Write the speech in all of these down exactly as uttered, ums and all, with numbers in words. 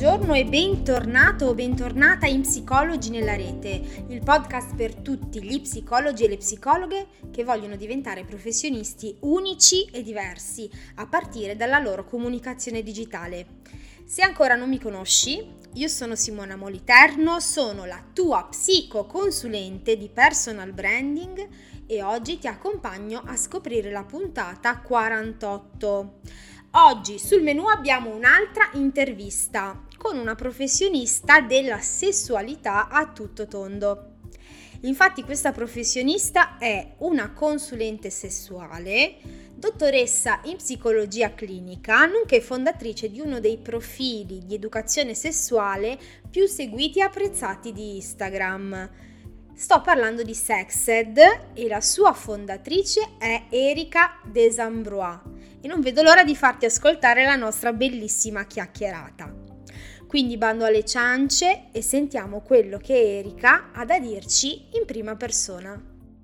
Buongiorno e bentornato o bentornata in Psicologi nella Rete, il podcast per tutti gli psicologi e le psicologhe che vogliono diventare professionisti unici e diversi a partire dalla loro comunicazione digitale. Se ancora non mi conosci, io sono Simona Moliterno, sono la tua psicoconsulente di personal branding e oggi ti accompagno a scoprire la puntata quarantotto. Oggi sul menù abbiamo un'altra intervista con una professionista della sessualità a tutto tondo. Infatti questa professionista è una consulente sessuale, dottoressa in psicologia clinica, nonché fondatrice di uno dei profili di educazione sessuale più seguiti e apprezzati di Instagram. Sto parlando di Sexed e la sua fondatrice è Erika Desambrois e non vedo l'ora di farti ascoltare la nostra bellissima chiacchierata. Quindi bando alle ciance e sentiamo quello che Erika ha da dirci in prima persona.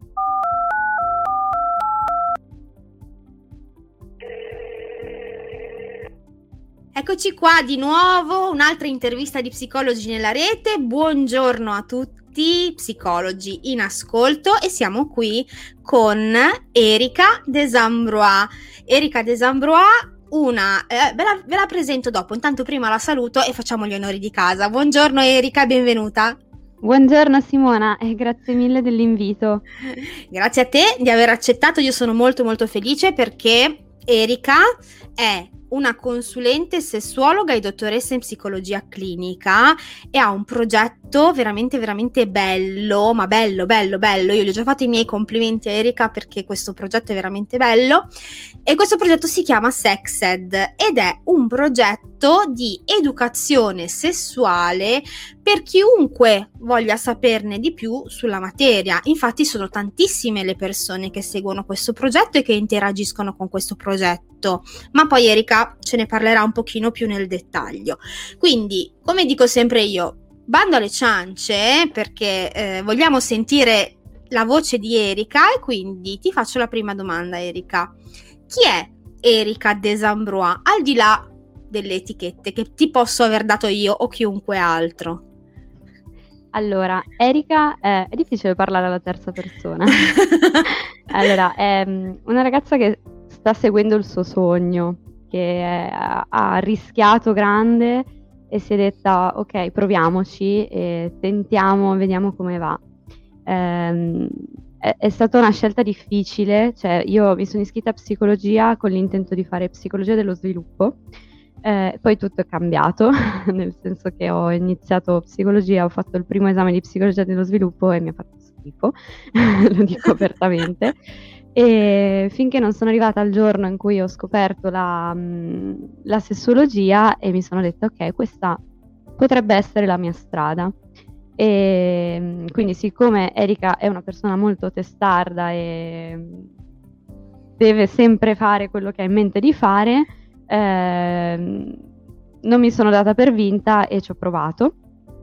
Eccoci qua di nuovo, un'altra intervista di Psicologi nella Rete. Buongiorno a tutti psicologi in ascolto e siamo qui con Erika Desambrois. Erika Desambrois, una eh, ve, la, ve la presento dopo, intanto prima la saluto e facciamo gli onori di casa. Buongiorno Erika, benvenuta. Buongiorno Simona e grazie mille dell'invito. Grazie a te di aver accettato, io sono molto molto felice perché Erika è una consulente sessuologa e dottoressa in psicologia clinica e ha un progetto veramente veramente bello, ma bello bello bello, io gli ho già fatto i miei complimenti a Erika perché questo progetto è veramente bello e questo progetto si chiama Sexed ed è un progetto di educazione sessuale per chiunque voglia saperne di più sulla materia. Infatti sono tantissime le persone che seguono questo progetto e che interagiscono con questo progetto, ma poi Erika ce ne parlerà un pochino più nel dettaglio. Quindi, come dico sempre io, bando alle ciance perché eh, vogliamo sentire la voce di Erika e quindi ti faccio la prima domanda, Erika. Chi è Erika Desambrois, al di là delle etichette che ti posso aver dato io o chiunque altro? Allora, Erika, eh, è difficile parlare alla terza persona. Allora, è una ragazza che sta seguendo il suo sogno, che è, ha rischiato grande e si è detta ok, proviamoci e tentiamo, vediamo come va. Ehm, è, è stata una scelta difficile, cioè io mi sono iscritta a psicologia con l'intento di fare psicologia dello sviluppo. Eh, poi tutto è cambiato, nel senso che ho iniziato psicologia, ho fatto il primo esame di psicologia dello sviluppo e mi ha fatto schifo, lo dico apertamente, e finché non sono arrivata al giorno in cui ho scoperto la, la sessuologia e mi sono detta ok, questa potrebbe essere la mia strada. E quindi siccome Erika è una persona molto testarda e deve sempre fare quello che ha in mente di fare, Eh, non mi sono data per vinta e ci ho provato.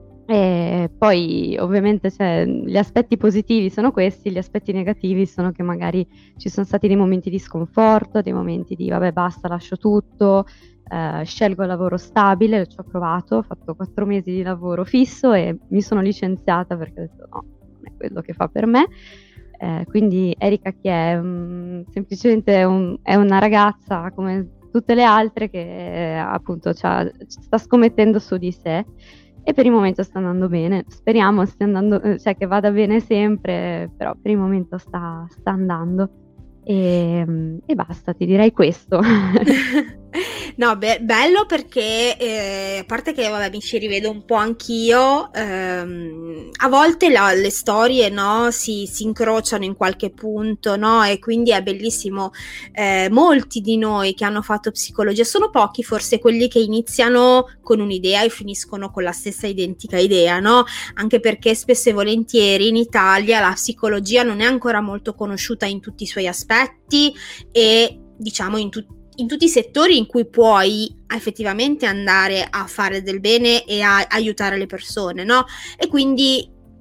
E poi ovviamente cioè, gli aspetti positivi sono questi, gli aspetti negativi sono che magari ci sono stati dei momenti di sconforto, dei momenti di vabbè basta, lascio tutto, eh, scelgo il lavoro stabile. Ci ho provato, ho fatto quattro mesi di lavoro fisso e mi sono licenziata perché ho detto no, non è quello che fa per me. Eh, quindi Erika chi è? Um, semplicemente è, un, è una ragazza come tutte le altre che eh, appunto sta scommettendo su di sé e per il momento sta andando bene, speriamo stia andando, cioè che vada bene sempre, però per il momento sta, sta andando e, e basta, ti direi questo. No, be- bello perché eh, a parte che vabbè mi ci rivedo un po' anch'io, ehm, a volte la, le storie no si, si incrociano in qualche punto, no, e quindi è bellissimo. Eh, molti di noi che hanno fatto psicologia, sono pochi forse quelli che iniziano con un'idea e finiscono con la stessa identica idea, no, anche perché spesso e volentieri in Italia la psicologia non è ancora molto conosciuta in tutti i suoi aspetti e diciamo in tutti in tutti i settori in cui puoi effettivamente andare a fare del bene e a aiutare le persone, no? E quindi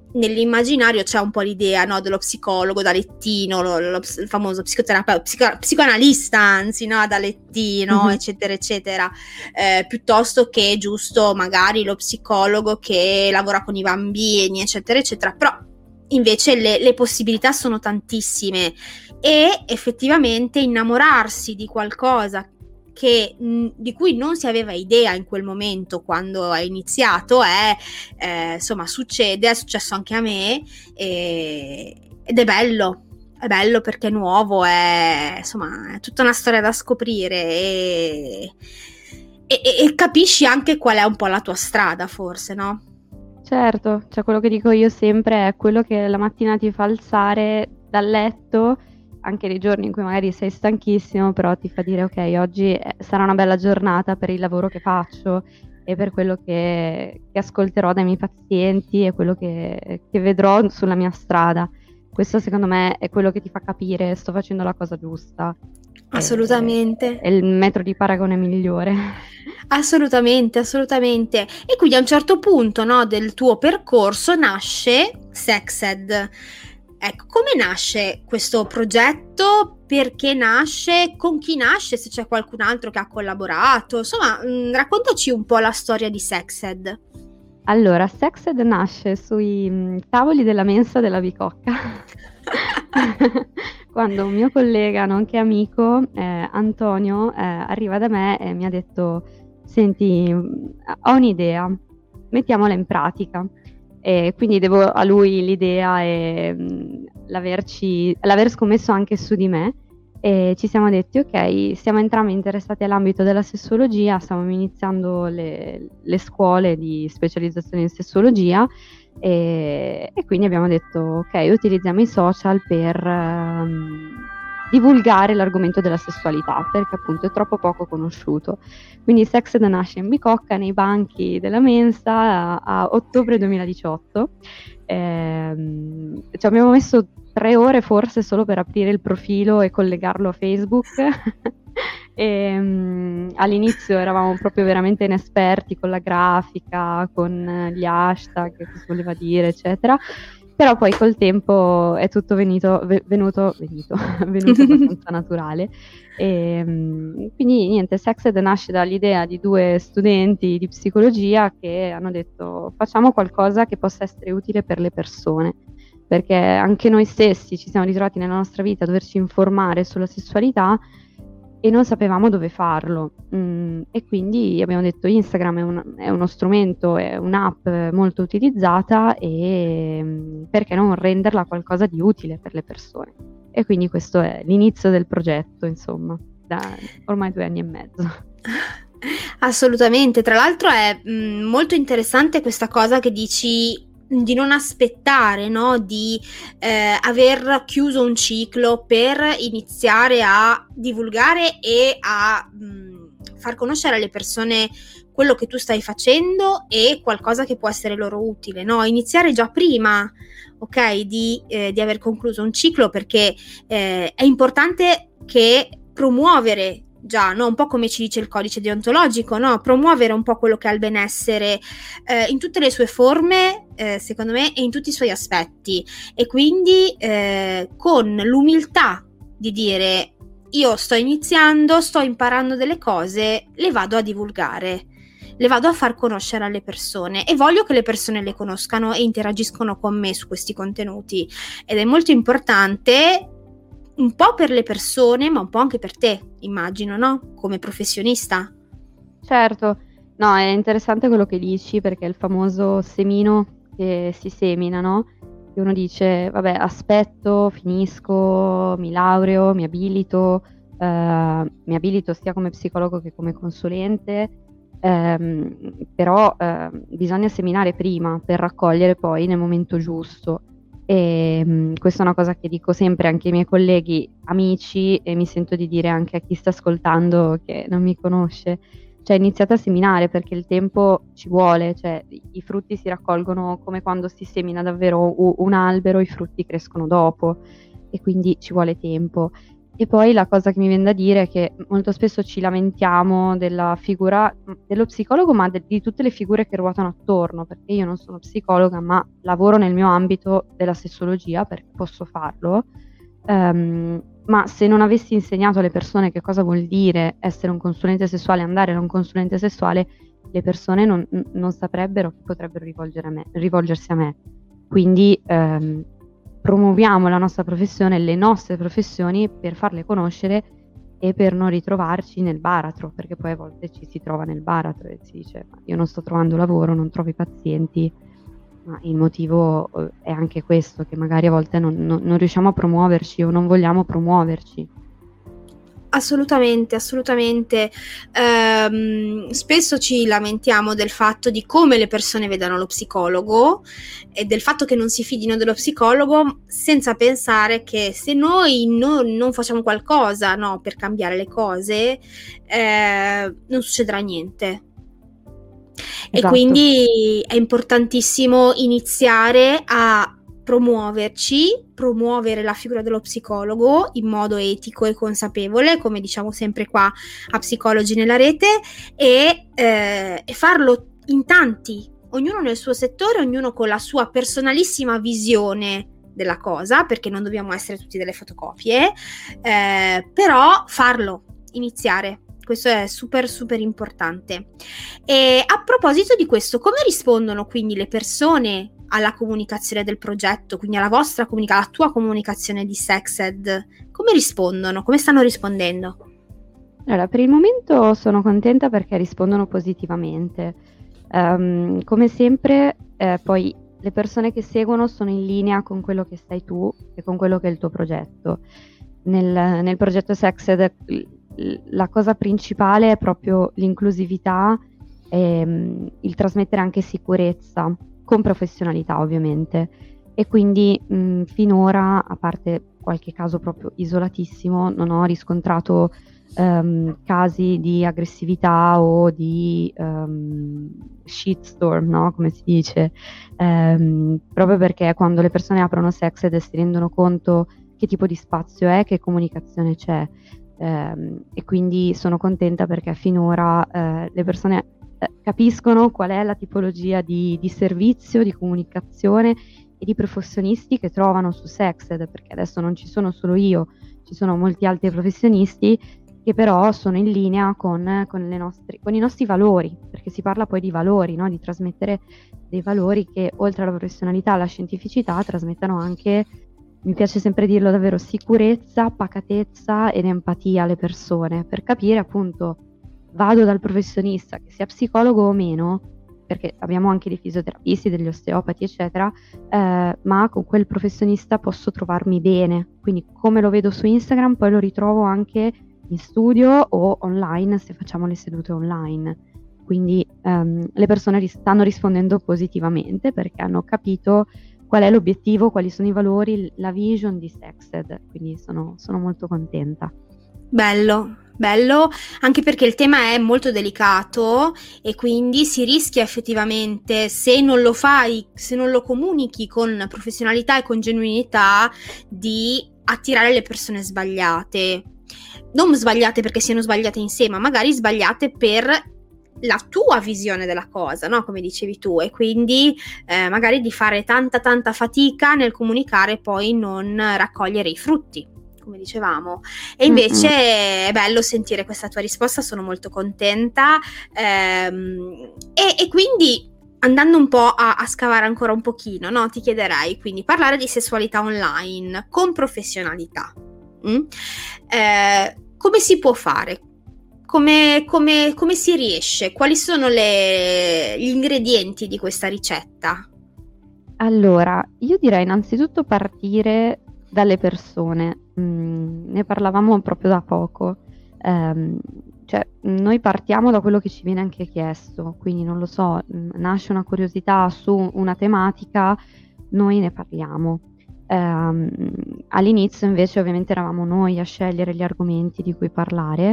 nell'immaginario c'è un po' l'idea, no, dello psicologo da lettino, lo, lo, il famoso psicoterapeuta, psico, psicoanalista anzi, no, da lettino, mm-hmm. eccetera eccetera, eh, piuttosto che giusto magari lo psicologo che lavora con i bambini, eccetera eccetera. Però invece le, le possibilità sono tantissime, e effettivamente innamorarsi di qualcosa che, mh, di cui non si aveva idea in quel momento quando è iniziato, è eh, insomma succede, è successo anche a me, e, ed è bello, è bello perché è nuovo, è insomma è tutta una storia da scoprire, e, e, e capisci anche qual è un po' la tua strada, forse, no? Certo, cioè quello che dico io sempre è quello che la mattina ti fa alzare dal letto, anche nei giorni in cui magari sei stanchissimo, però ti fa dire ok, oggi sarà una bella giornata per il lavoro che faccio e per quello che, che ascolterò dai miei pazienti e quello che, che vedrò sulla mia strada. Questo secondo me è quello che ti fa capire sto facendo la cosa giusta. Assolutamente. È, è il metro di paragone migliore. Assolutamente, assolutamente. E quindi a un certo punto, no, del tuo percorso nasce Sexed. Ecco, come nasce questo progetto? Perché nasce? Con chi nasce? Se c'è qualcun altro che ha collaborato? Insomma, mh, raccontaci un po' la storia di Sexed. Allora, Sexed nasce sui mh, tavoli della mensa della Bicocca. Quando un mio collega, nonché amico, eh, Antonio, eh, arriva da me e mi ha detto: senti, ho un'idea, mettiamola in pratica. E quindi devo a lui l'idea e mh, l'averci, l'aver scommesso anche su di me, e ci siamo detti ok, siamo entrambi interessati all'ambito della sessologia, stiamo iniziando le, le scuole di specializzazione in sessologia, e, e quindi abbiamo detto ok, utilizziamo i social per um, divulgare l'argomento della sessualità, perché appunto è troppo poco conosciuto. Quindi Sexed nasce in Bicocca, nei banchi della mensa, a, a ottobre duemiladiciotto. Ehm, ci abbiamo messo tre ore forse solo per aprire il profilo e collegarlo a Facebook. E, um, all'inizio eravamo proprio veramente inesperti con la grafica, con gli hashtag che si voleva dire, eccetera. Però poi col tempo è tutto venuto, venuto, venuto, venuto abbastanza naturale. E, um, quindi niente, Sexed nasce dall'idea di due studenti di psicologia che hanno detto facciamo qualcosa che possa essere utile per le persone, perché anche noi stessi ci siamo ritrovati nella nostra vita a doverci informare sulla sessualità e non sapevamo dove farlo, mm, e quindi abbiamo detto Instagram è, un, è uno strumento, è un'app molto utilizzata, e mm, perché non renderla qualcosa di utile per le persone. E quindi questo è l'inizio del progetto, insomma, da ormai due anni e mezzo. Assolutamente, tra l'altro è mh, molto interessante questa cosa che dici di non aspettare, no? Di eh, aver chiuso un ciclo per iniziare a divulgare e a mh, far conoscere alle persone quello che tu stai facendo e qualcosa che può essere loro utile, no? Iniziare già prima, ok, di, eh, di aver concluso un ciclo, perché eh, è importante che promuovere già, no? Un po' come ci dice il codice deontologico, no? Promuovere un po' quello che è il benessere eh, in tutte le sue forme, eh, secondo me, e in tutti i suoi aspetti, e quindi eh, con l'umiltà di dire io sto iniziando, sto imparando delle cose, le vado a divulgare, le vado a far conoscere alle persone e voglio che le persone le conoscano e interagiscono con me su questi contenuti, ed è molto importante un po' per le persone, ma un po' anche per te, immagino, no? Come professionista. Certo, no, è interessante quello che dici, perché è il famoso semino che si semina, no? Che uno dice, vabbè, aspetto, finisco, mi laureo, mi abilito, eh, mi abilito sia come psicologo che come consulente, ehm, però eh, bisogna seminare prima per raccogliere poi nel momento giusto. E mh, questa è una cosa che dico sempre anche ai miei colleghi, amici, e mi sento di dire anche a chi sta ascoltando che non mi conosce, cioè iniziate a seminare, perché il tempo ci vuole, cioè i, i frutti si raccolgono come quando si semina davvero u, un albero, i frutti crescono dopo, e quindi ci vuole tempo. E poi la cosa che mi viene da dire è che molto spesso ci lamentiamo della figura dello psicologo, ma de- di tutte le figure che ruotano attorno, perché io non sono psicologa, ma lavoro nel mio ambito della sessologia, perché posso farlo. Ehm, ma se non avessi insegnato alle persone che cosa vuol dire essere un consulente sessuale, andare da un consulente sessuale, le persone non, non saprebbero che potrebbero rivolgere a me, rivolgersi a me. Quindi ehm, promuoviamo la nostra professione, le nostre professioni, per farle conoscere e per non ritrovarci nel baratro, perché poi a volte ci si trova nel baratro e si dice: ma io non sto trovando lavoro, non trovo i pazienti, ma il motivo eh, è anche questo, che magari a volte non, non- non riusciamo a promuoverci o non vogliamo promuoverci. Assolutamente, assolutamente. Ehm, spesso ci lamentiamo del fatto di come le persone vedano lo psicologo e del fatto che non si fidino dello psicologo, senza pensare che se noi non, non facciamo qualcosa, no, per cambiare le cose, eh, non succederà niente. E Esatto. quindi è importantissimo iniziare a promuoverci, promuovere la figura dello psicologo in modo etico e consapevole, come diciamo sempre qua a Psicologi nella Rete, e, eh, e farlo in tanti, ognuno nel suo settore, ognuno con la sua personalissima visione della cosa, perché non dobbiamo essere tutti delle fotocopie, eh, però farlo, iniziare. Questo è super super importante. E a proposito di questo, come rispondono quindi le persone alla comunicazione del progetto, quindi alla vostra comunicazione, alla tua comunicazione di Sexed? Come rispondono? Come stanno rispondendo? Allora, per il momento sono contenta perché rispondono positivamente. Ehm, come sempre, eh, poi le persone che seguono sono in linea con quello che sei tu e con quello che è il tuo progetto. Nel, nel progetto Sexed l- la cosa principale è proprio l'inclusività e mm, il trasmettere anche sicurezza, con professionalità ovviamente. E quindi mh, finora, a parte qualche caso proprio isolatissimo, non ho riscontrato ehm, casi di aggressività o di ehm, shitstorm, no? Come si dice, Ehm, proprio perché quando le persone aprono Sexed si rendono conto che tipo di spazio è, che comunicazione c'è. Ehm, e quindi sono contenta perché finora eh, le persone eh, capiscono qual è la tipologia di, di servizio, di comunicazione e di professionisti che trovano su Sexed, perché adesso non ci sono solo io, ci sono molti altri professionisti che però sono in linea con, con, le nostre, con i nostri valori, perché si parla poi di valori, no? Di trasmettere dei valori che oltre alla professionalità, alla scientificità, trasmettano anche, mi piace sempre dirlo davvero, sicurezza, pacatezza ed empatia alle persone, per capire appunto, vado dal professionista, che sia psicologo o meno, perché abbiamo anche dei fisioterapisti, degli osteopati, eccetera, eh, ma con quel professionista posso trovarmi bene. Quindi come lo vedo su Instagram, poi lo ritrovo anche in studio o online se facciamo le sedute online. Quindi ehm, le persone ri- stanno rispondendo positivamente perché hanno capito qual è l'obiettivo, quali sono i valori, la vision di Sexed. Quindi sono, sono molto contenta. Bello, bello, anche perché il tema è molto delicato e quindi si rischia effettivamente, se non lo fai, se non lo comunichi con professionalità e con genuinità, di attirare le persone sbagliate. Non sbagliate perché siano sbagliate in sé, ma magari sbagliate per la tua visione della cosa, no? Come dicevi tu, e quindi eh, magari di fare tanta tanta fatica nel comunicare e poi non raccogliere i frutti, come dicevamo. E invece mm-hmm. È bello sentire questa tua risposta, sono molto contenta, ehm, e, e quindi andando un po' a, a scavare ancora un pochino, no? Ti chiederei quindi parlare di sessualità online con professionalità. Mm? Eh, come si può fare? Come, come, come si riesce? Quali sono le, gli ingredienti di questa ricetta? Allora, io direi innanzitutto partire dalle persone. Mm, ne parlavamo proprio da poco. Um, cioè, noi partiamo da quello che ci viene anche chiesto, quindi non lo so, nasce una curiosità su una tematica, noi ne parliamo. Um, all'inizio invece ovviamente eravamo noi a scegliere gli argomenti di cui parlare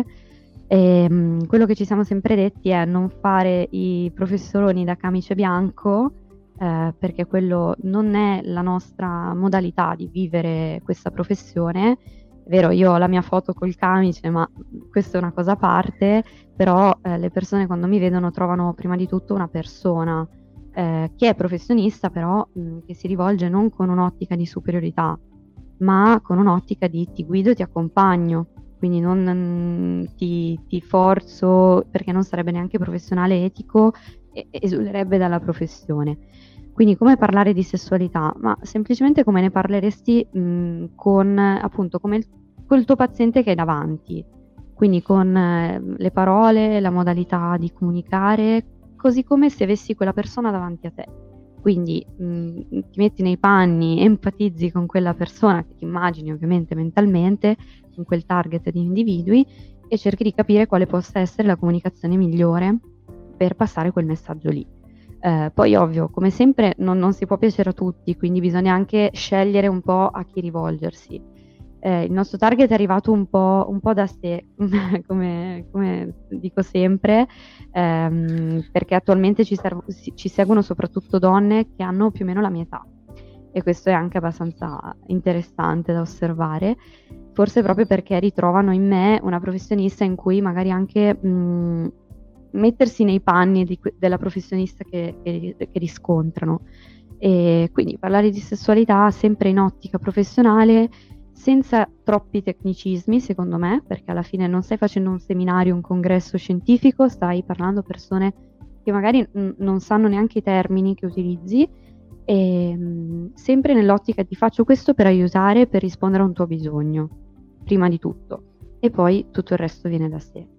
e um, quello che ci siamo sempre detti è non fare i professoroni da camice bianco, eh, perché quello non è la nostra modalità di vivere questa professione È vero, io ho la mia foto col camice, ma questa è una cosa a parte, però eh, le persone quando mi vedono trovano prima di tutto una persona eh, che è professionista, però mh, che si rivolge non con un'ottica di superiorità, ma con un'ottica di ti guido e ti accompagno, quindi non mh, ti, ti forzo, perché non sarebbe neanche professionale, etico, e esulerebbe dalla professione. Quindi come parlare di sessualità? Ma semplicemente come ne parleresti mh, con appunto come il, col tuo paziente che hai davanti, quindi con eh, le parole, la modalità di comunicare, così come se avessi quella persona davanti a te. Quindi mh, ti metti nei panni, empatizzi con quella persona che ti immagini ovviamente mentalmente, con quel target di individui, e cerchi di capire quale possa essere la comunicazione migliore per passare quel messaggio lì. Eh, poi ovvio, come sempre non, non si può piacere a tutti, quindi bisogna anche scegliere un po' a chi rivolgersi. Eh, il nostro target è arrivato un po', un po' da sé, come, come dico sempre, ehm, perché attualmente ci, serv- ci seguono soprattutto donne che hanno più o meno la mia età, e questo è anche abbastanza interessante da osservare, forse proprio perché ritrovano in me una professionista in cui magari anche mh, mettersi nei panni di, della professionista che, che, che riscontrano, e quindi parlare di sessualità sempre in ottica professionale, senza troppi tecnicismi, secondo me, perché alla fine non stai facendo un seminario, un congresso scientifico, stai parlando a persone che magari n- non sanno neanche i termini che utilizzi, e mh, sempre nell'ottica di faccio questo per aiutare, per rispondere a un tuo bisogno, prima di tutto, e poi tutto il resto viene da sé.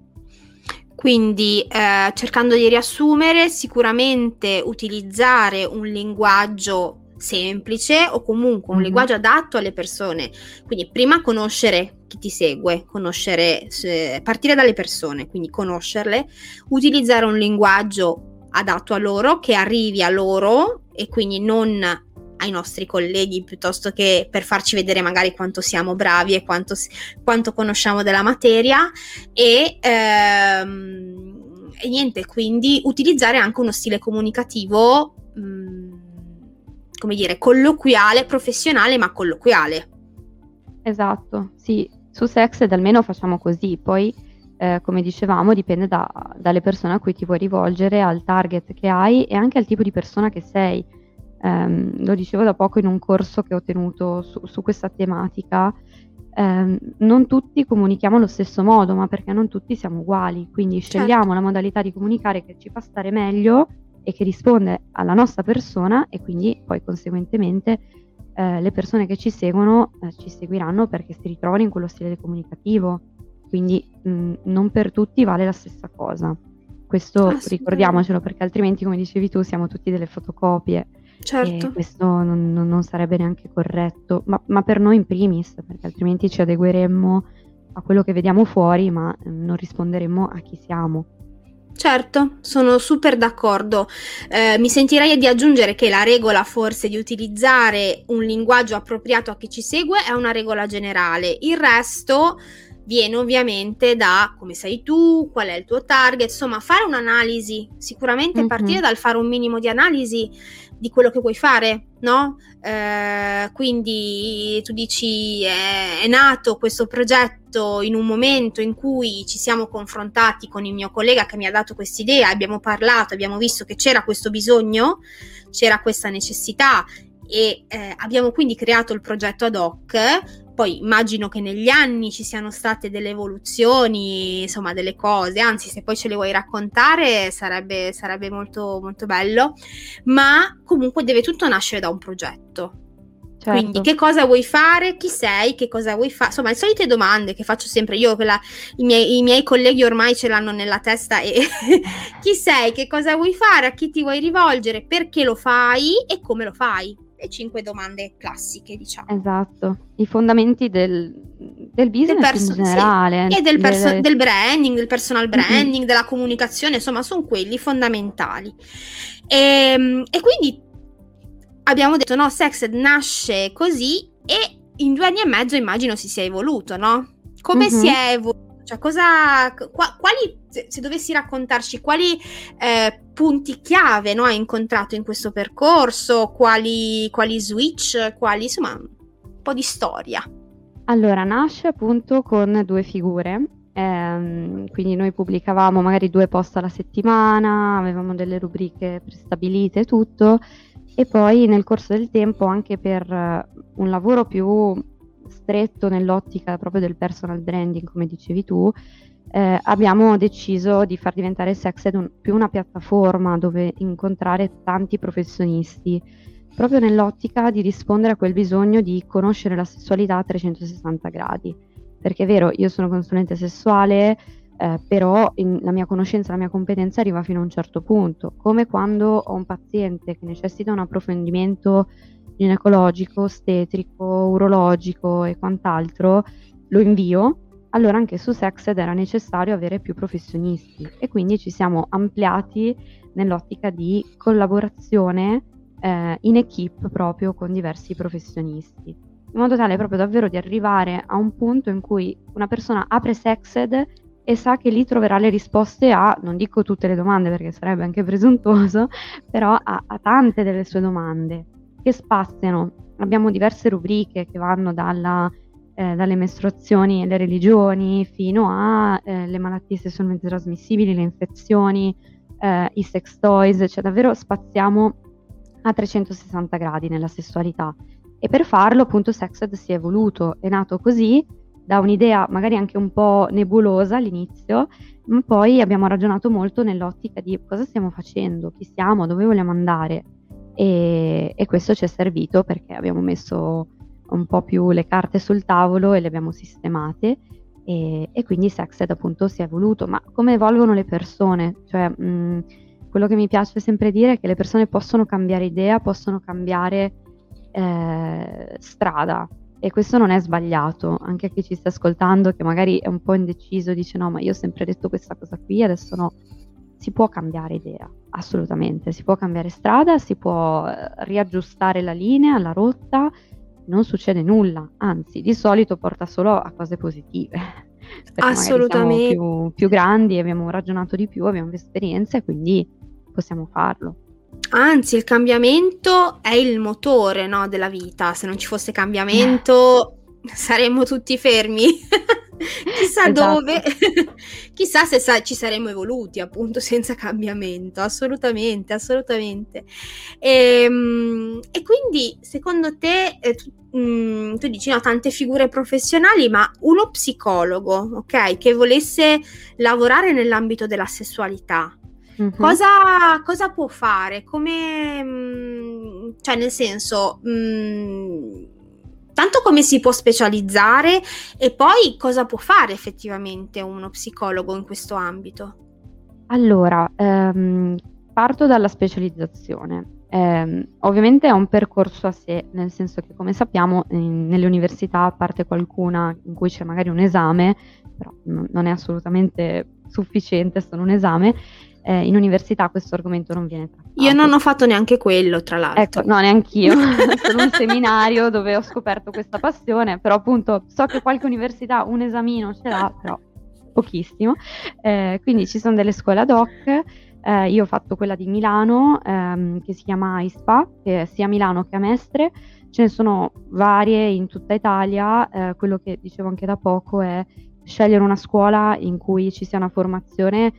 Quindi eh, cercando di riassumere, sicuramente utilizzare un linguaggio semplice o comunque un mm-hmm. linguaggio adatto alle persone. Quindi prima conoscere chi ti segue, conoscere, eh, partire dalle persone, quindi conoscerle, utilizzare un linguaggio adatto a loro, che arrivi a loro e quindi non ai nostri colleghi, piuttosto che per farci vedere magari quanto siamo bravi e quanto, quanto conosciamo della materia, e, ehm, e niente, quindi utilizzare anche uno stile comunicativo mh, come dire, colloquiale, professionale, ma colloquiale. Esatto, sì, su Sexed almeno facciamo così, poi eh, come dicevamo dipende da, dalle persone a cui ti vuoi rivolgere, al target che hai e anche al tipo di persona che sei. Um, lo dicevo da poco in un corso che ho tenuto su, su questa tematica, um, non tutti comunichiamo allo stesso modo, ma perché non tutti siamo uguali, quindi scegliamo certo. la modalità di comunicare che ci fa stare meglio e che risponde alla nostra persona, e quindi poi conseguentemente eh, le persone che ci seguono eh, ci seguiranno perché si ritrovano in quello stile comunicativo, quindi mh, non per tutti vale la stessa cosa. Questo ricordiamocelo, perché altrimenti, come dicevi tu, siamo tutti delle fotocopie. Certo. E questo non, non, non sarebbe neanche corretto, ma, ma per noi in primis, perché altrimenti ci adegueremmo a quello che vediamo fuori, ma non risponderemmo a chi siamo. Certo, sono super d'accordo. Eh, mi sentirei di aggiungere che la regola forse di utilizzare un linguaggio appropriato a chi ci segue è una regola generale. Il resto viene ovviamente da come sei tu, qual è il tuo target, insomma fare un'analisi, sicuramente mm-hmm. partire dal fare un minimo di analisi di quello che vuoi fare, no? Eh, quindi tu dici è, è nato questo progetto in un momento in cui ci siamo confrontati con il mio collega che mi ha dato quest'idea, abbiamo parlato, abbiamo visto che c'era questo bisogno, c'era questa necessità e eh, abbiamo quindi creato il progetto ad hoc. Poi immagino che negli anni ci siano state delle evoluzioni, insomma delle cose, anzi se poi ce le vuoi raccontare sarebbe, sarebbe molto, molto bello, ma comunque deve tutto nascere da un progetto. Certo. Quindi che cosa vuoi fare, chi sei, che cosa vuoi fare, insomma le solite domande che faccio sempre io, quella, i, miei, i miei colleghi ormai ce l'hanno nella testa, e chi sei, che cosa vuoi fare, a chi ti vuoi rivolgere, perché lo fai e come lo fai. Le cinque domande classiche, diciamo. Esatto, i fondamenti del, del business del perso- in generale. Sì. E del, perso- del... del branding, del personal branding, mm-hmm. della comunicazione, insomma sono quelli fondamentali. E, e quindi abbiamo detto, no, Sexed nasce così e in due anni e mezzo immagino si sia evoluto, no? Come mm-hmm. si è evoluto? Cioè cosa, qua, quali, se, se dovessi raccontarci quali eh, punti chiave, no, hai incontrato in questo percorso, quali, quali switch, quali, insomma, un po' di storia. Allora, nasce appunto con due figure, ehm, quindi noi pubblicavamo magari due post alla settimana, avevamo delle rubriche prestabilite e tutto, e poi nel corso del tempo, anche per eh, un lavoro più stretto nell'ottica proprio del personal branding, come dicevi tu, eh, abbiamo deciso di far diventare Sexed un- più una piattaforma dove incontrare tanti professionisti, proprio nell'ottica di rispondere a quel bisogno di conoscere la sessualità a trecentosessanta gradi. Perché è vero, io sono consulente sessuale, eh, però in- la mia conoscenza, la mia competenza arriva fino a un certo punto, come quando ho un paziente che necessita un approfondimento ginecologico, ostetrico, urologico e quant'altro, lo invio. Allora anche su Sexed era necessario avere più professionisti e quindi ci siamo ampliati nell'ottica di collaborazione eh, in equipe proprio con diversi professionisti, in modo tale proprio davvero di arrivare a un punto in cui una persona apre Sexed e sa che lì troverà le risposte a, non dico tutte le domande perché sarebbe anche presuntuoso, però a, a tante delle sue domande che spaziano. Abbiamo diverse rubriche che vanno dalla eh, dalle mestruazioni e le religioni fino alle malattie sessualmente trasmissibili, le infezioni, eh, i sex toys, cioè davvero spaziamo a trecentosessanta gradi nella sessualità. E per farlo appunto Sexed si è evoluto, è nato così da un'idea magari anche un po' nebulosa all'inizio, ma poi abbiamo ragionato molto nell'ottica di cosa stiamo facendo, chi siamo, dove vogliamo andare, e, e questo ci è servito perché abbiamo messo un po' più le carte sul tavolo e le abbiamo sistemate, e, e quindi Sexed appunto si è evoluto. Ma come evolvono le persone? Cioè, mh, quello che mi piace sempre dire è che le persone possono cambiare idea, possono cambiare eh, strada, e questo non è sbagliato. Anche a chi ci sta ascoltando che magari è un po' indeciso, dice no, ma io ho sempre detto questa cosa qui, adesso no. Si può cambiare idea, assolutamente, si può cambiare strada, si può eh, riaggiustare la linea, la rotta, non succede nulla, anzi di solito porta solo a cose positive, perché magari siamo Assolutamente. più, più grandi, abbiamo ragionato di più, abbiamo esperienza e quindi possiamo farlo. Anzi, il cambiamento è il motore, no, della vita. Se non ci fosse cambiamento, saremmo tutti fermi. Chissà Esatto. dove, chissà se sa- ci saremmo evoluti appunto senza cambiamento. Assolutamente, assolutamente. Ehm, E, quindi, secondo te, eh, tu, mm, tu dici no, tante figure professionali, ma uno psicologo, ok, che volesse lavorare nell'ambito della sessualità. Mhm. Cosa, cosa può fare? Come, mh, cioè nel senso, mh, tanto come si può specializzare e poi cosa può fare effettivamente uno psicologo in questo ambito? Allora, ehm, parto dalla specializzazione. Ehm, ovviamente è un percorso a sé, nel senso che come sappiamo in- nelle università, a parte qualcuna in cui c'è magari un esame, però n- non è assolutamente sufficiente, è solo un esame, eh, in università questo argomento non viene trattato. Io non ho fatto neanche quello, tra l'altro. Ecco, no, neanch'io, solo un seminario dove ho scoperto questa passione, però appunto so che qualche università un esamino ce l'ha, però pochissimo. Eh, quindi ci sono delle scuole ad hoc, eh, io ho fatto quella di Milano, ehm, che si chiama I S P A, che è sia a Milano che a Mestre, ce ne sono varie in tutta Italia, eh, quello che dicevo anche da poco è scegliere una scuola in cui ci sia una formazione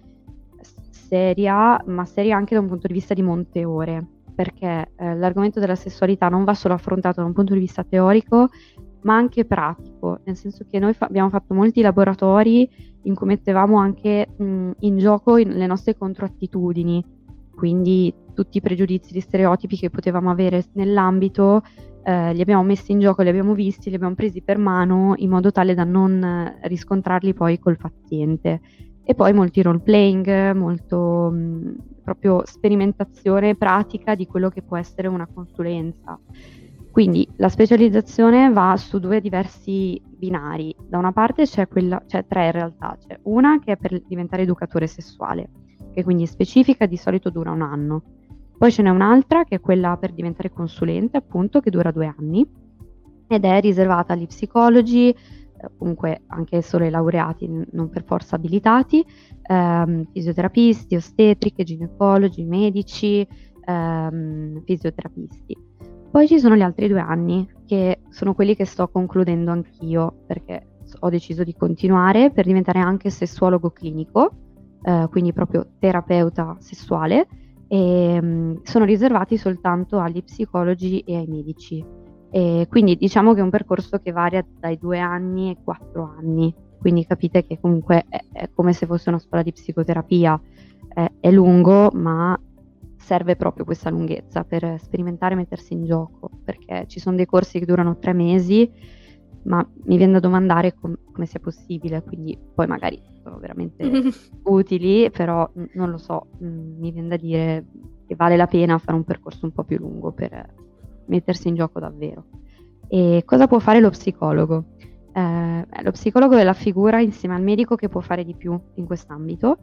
seria, ma seria anche da un punto di vista di monte ore, perché eh, l'argomento della sessualità non va solo affrontato da un punto di vista teorico, ma anche pratico, nel senso che noi fa- abbiamo fatto molti laboratori in cui mettevamo anche mh, in gioco in- le nostre controattitudini, quindi tutti i pregiudizi, gli stereotipi che potevamo avere nell'ambito, eh, li abbiamo messi in gioco, li abbiamo visti, li abbiamo presi per mano in modo tale da non eh, riscontrarli poi col paziente. E poi molti role playing, molto mh, proprio sperimentazione pratica di quello che può essere una consulenza. Quindi la specializzazione va su due diversi binari. Da una parte c'è quella, c'è tre in realtà, c'è una che è per diventare educatore sessuale, che quindi è specifica, di solito dura un anno. Poi ce n'è un'altra che è quella per diventare consulente, appunto, che dura due anni ed è riservata agli psicologi, eh, comunque anche solo ai laureati, n- non per forza abilitati, ehm, fisioterapisti, ostetriche, ginecologi, medici, ehm, fisioterapisti. Poi ci sono gli altri due anni che sono quelli che sto concludendo anch'io, perché ho deciso di continuare per diventare anche sessuologo clinico, eh, quindi proprio terapeuta sessuale, e mh, sono riservati soltanto agli psicologi e ai medici. E quindi diciamo che è un percorso che varia dai due anni ai quattro anni, quindi capite che comunque è, è come se fosse una scuola di psicoterapia, è, è lungo, ma serve proprio questa lunghezza per sperimentare e mettersi in gioco, perché ci sono dei corsi che durano tre mesi, ma mi viene da domandare com- come sia possibile, quindi poi magari sono veramente utili, però n- non lo so, mh, mi viene da dire che vale la pena fare un percorso un po' più lungo per mettersi in gioco davvero. E cosa può fare lo psicologo? Eh, lo psicologo è la figura insieme al medico che può fare di più in quest'ambito,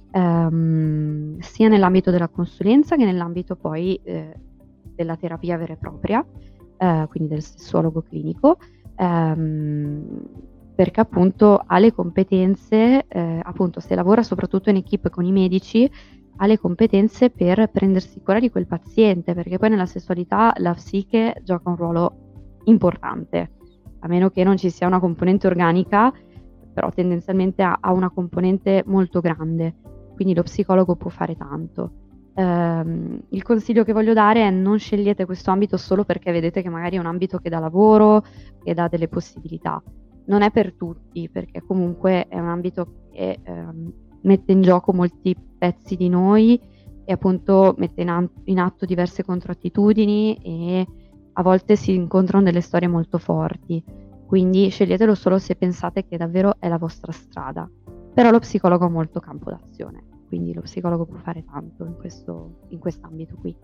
ehm, sia nell'ambito della consulenza che nell'ambito poi eh, della terapia vera e propria, eh, quindi del sessuologo clinico, ehm, perché appunto ha le competenze, eh, appunto se lavora soprattutto in equipe con i medici, ha le competenze per prendersi cura di quel paziente, perché poi nella sessualità la psiche gioca un ruolo importante, a meno che non ci sia una componente organica, però tendenzialmente ha, ha una componente molto grande, quindi lo psicologo può fare tanto. Um, il consiglio che voglio dare è: non scegliete questo ambito solo perché vedete che magari è un ambito che dà lavoro, che dà delle possibilità. Non è per tutti, perché comunque è un ambito che um, mette in gioco molti pezzi di noi e appunto mette in, an- in atto diverse controattitudini e a volte si incontrano delle storie molto forti, quindi sceglietelo solo se pensate che davvero è la vostra strada. Però lo psicologo ha molto campo d'azione, quindi lo psicologo può fare tanto in questo in quest'ambito qui.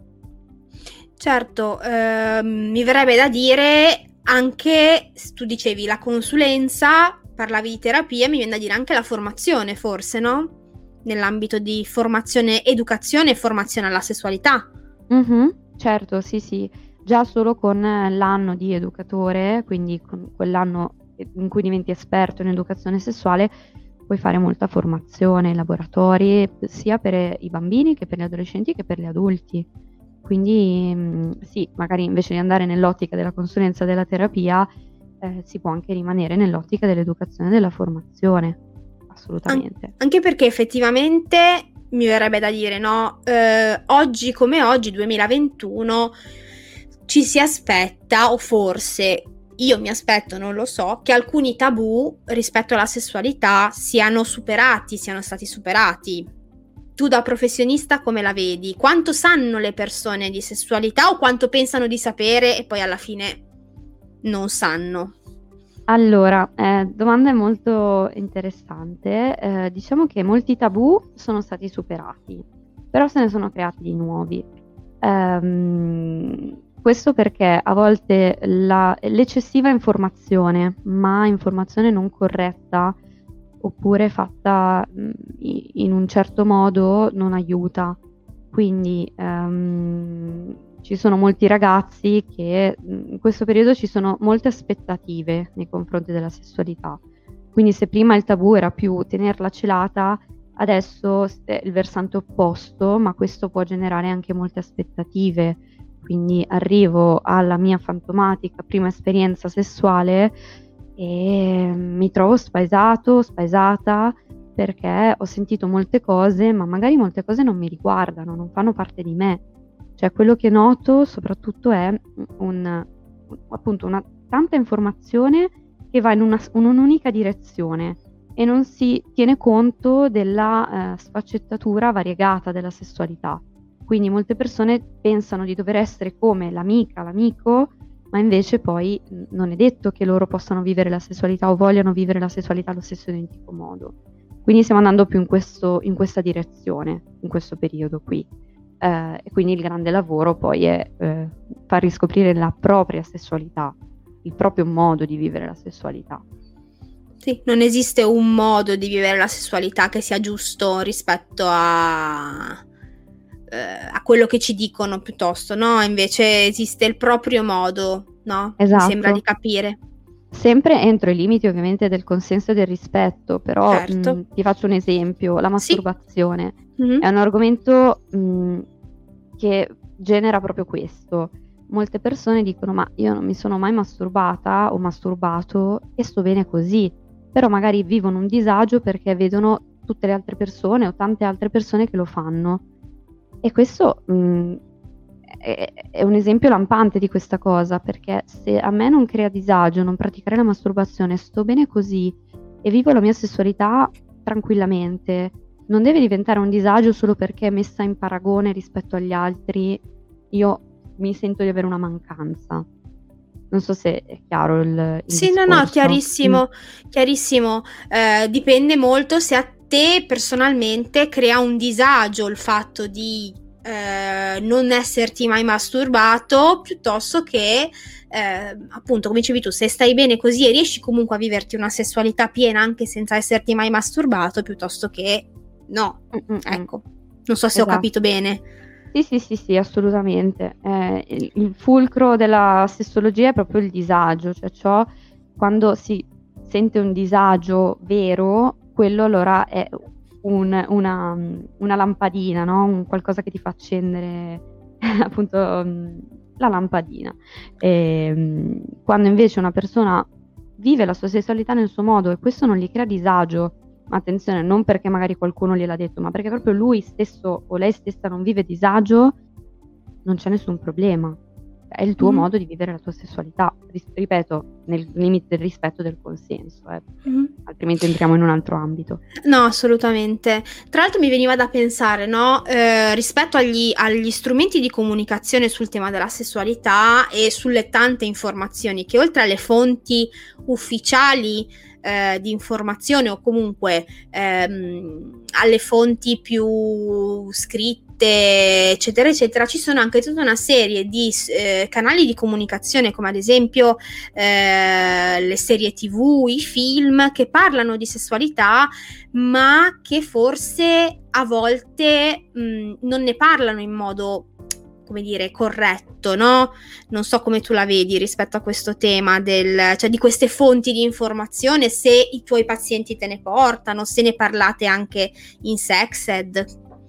Certo, ehm, mi verrebbe da dire anche, tu dicevi la consulenza, parlavi di terapia, mi viene da dire anche la formazione forse, no? Nell'ambito di formazione, educazione e formazione alla sessualità. Mm-hmm, certo, sì sì, già solo con l'anno di educatore, quindi con quell'anno in cui diventi esperto in educazione sessuale, puoi fare molta formazione, laboratori, sia per i bambini che per gli adolescenti che per gli adulti. Quindi mh, sì, magari invece di andare nell'ottica della consulenza della terapia, eh, si può anche rimanere nell'ottica dell'educazione e della formazione, assolutamente. An- anche perché effettivamente mi verrebbe da dire, no, eh, oggi come oggi, duemilaventuno, ci si aspetta, o forse io mi aspetto, non lo so, che alcuni tabù rispetto alla sessualità siano superati, siano stati superati. Tu da professionista come la vedi? Quanto sanno le persone di sessualità o quanto pensano di sapere e poi alla fine non sanno? Allora, eh, domanda molto interessante. Eh, diciamo che molti tabù sono stati superati, però se ne sono creati di nuovi. Ehm, questo perché a volte la, l'eccessiva informazione, ma informazione non corretta, oppure fatta mh, in un certo modo, non aiuta. Quindi ehm, ci sono molti ragazzi che mh, in questo periodo ci sono molte aspettative nei confronti della sessualità. Quindi se prima il tabù era più tenerla celata, adesso è il versante opposto, ma questo può generare anche molte aspettative. Quindi arrivo alla mia fantomatica prima esperienza sessuale e mi trovo spaesato, spaesata, perché ho sentito molte cose, ma magari molte cose non mi riguardano, non fanno parte di me. Cioè quello che noto soprattutto è un, appunto una tanta informazione che va in una, in un'unica direzione e non si tiene conto della eh, sfaccettatura variegata della sessualità. Quindi molte persone pensano di dover essere come l'amica, l'amico, ma invece poi non è detto che loro possano vivere la sessualità o vogliano vivere la sessualità allo stesso identico modo. Quindi stiamo andando più in, questo, in questa direzione, in questo periodo qui. Eh, e quindi il grande lavoro poi è eh, far riscoprire la propria sessualità, il proprio modo di vivere la sessualità. Sì, non esiste un modo di vivere la sessualità che sia giusto rispetto a... a quello che ci dicono piuttosto, no? Invece esiste il proprio modo, no? Esatto. Mi sembra di capire. Sempre entro i limiti ovviamente del consenso e del rispetto, però certo. mh, ti faccio un esempio, la masturbazione. Sì. Mm-hmm. È un argomento mh, che genera proprio questo. molte persone dicono: ma io non mi sono mai masturbata o masturbato e sto bene così, però magari vivono un disagio perché vedono tutte le altre persone o tante altre persone che lo fanno, e questo mh, è, è un esempio lampante di questa cosa, perché se a me non crea disagio non praticare la masturbazione, sto bene così e vivo la mia sessualità tranquillamente, non deve diventare un disagio solo perché è messa in paragone rispetto agli altri, io mi sento di avere una mancanza. Non so se è chiaro il, il Sì, discorso. no, no, chiarissimo, mm. chiarissimo. Eh, dipende molto se a te personalmente crea un disagio il fatto di eh, non esserti mai masturbato, piuttosto che eh, appunto, come dicevi tu, se stai bene così e riesci comunque a viverti una sessualità piena anche senza esserti mai masturbato, piuttosto che no. Mm-mm. Ecco, non so se esatto. Ho capito bene. Sì, sì, sì, sì, assolutamente. Eh, il, il fulcro della sessologia è proprio il disagio, cioè ciò quando si sente un disagio vero, quello allora è un, una, una lampadina, no? Un qualcosa che ti fa accendere appunto la lampadina. E, quando invece una persona vive la sua sessualità nel suo modo e questo non gli crea disagio, ma attenzione, non perché magari qualcuno gliel'ha detto, ma perché proprio lui stesso o lei stessa non vive disagio, non c'è nessun problema. È il tuo mm-hmm. modo di vivere la tua sessualità, ripeto, nel limite del rispetto del consenso, eh. mm-hmm. altrimenti entriamo in un altro ambito. No, assolutamente. Tra l'altro mi veniva da pensare, no, eh, rispetto agli, agli strumenti di comunicazione sul tema della sessualità e sulle tante informazioni che oltre alle fonti ufficiali Eh, di informazione o comunque ehm, alle fonti più scritte eccetera eccetera, ci sono anche tutta una serie di eh, canali di comunicazione come ad esempio eh, le serie tv, i film che parlano di sessualità ma che forse a volte mh, non ne parlano in modo, come dire, corretto, no? Non so come tu la vedi rispetto a questo tema del, cioè di queste fonti di informazione, se i tuoi pazienti te ne portano, se ne parlate anche in sex ed.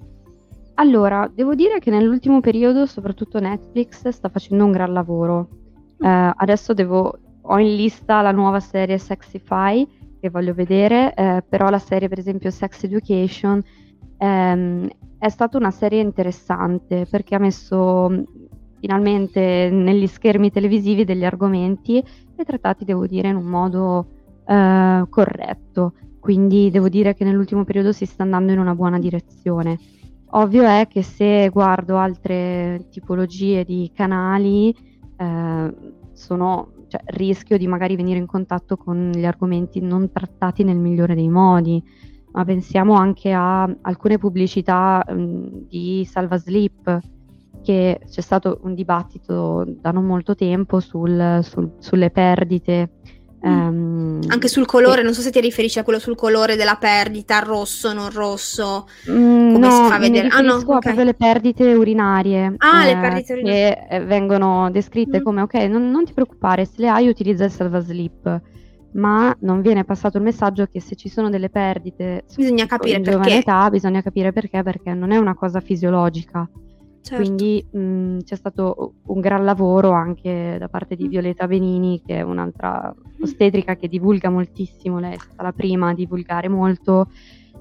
Allora, devo dire che nell'ultimo periodo, soprattutto Netflix, sta facendo un gran lavoro. Mm. Eh, adesso devo, ho in lista la nuova serie Sexify, che voglio vedere, eh, però la serie, per esempio, Sex Education, ehm, è stata una serie interessante perché ha messo finalmente negli schermi televisivi degli argomenti e trattati, devo dire, in un modo eh, corretto. Quindi devo dire che nell'ultimo periodo si sta andando in una buona direzione. Ovvio è che se guardo altre tipologie di canali, eh, sono, cioè, rischio di magari venire in contatto con gli argomenti non trattati nel migliore dei modi. Ma pensiamo anche a alcune pubblicità um, di Salva Slip, che c'è stato un dibattito da non molto tempo sul, sul, sulle perdite. Mm. Um, anche sul colore, che... non so se ti riferisci a quello sul colore della perdita, rosso, non rosso, mm, come no, si fa a vedere? Mi riferisco ah, no, okay. a proprio le perdite urinarie, ah, eh, le perdite urinarie. che vengono descritte mm. come ok, non, non ti preoccupare, se le hai utilizza il Salva Slip. Ma non viene passato il messaggio che se ci sono delle perdite bisogna capire in perché. giovane età, bisogna capire perché, perché non è una cosa fisiologica. Certo. Quindi mh, c'è stato un gran lavoro anche da parte di Violeta Benini, che è un'altra ostetrica che divulga moltissimo, lei è stata la prima a divulgare molto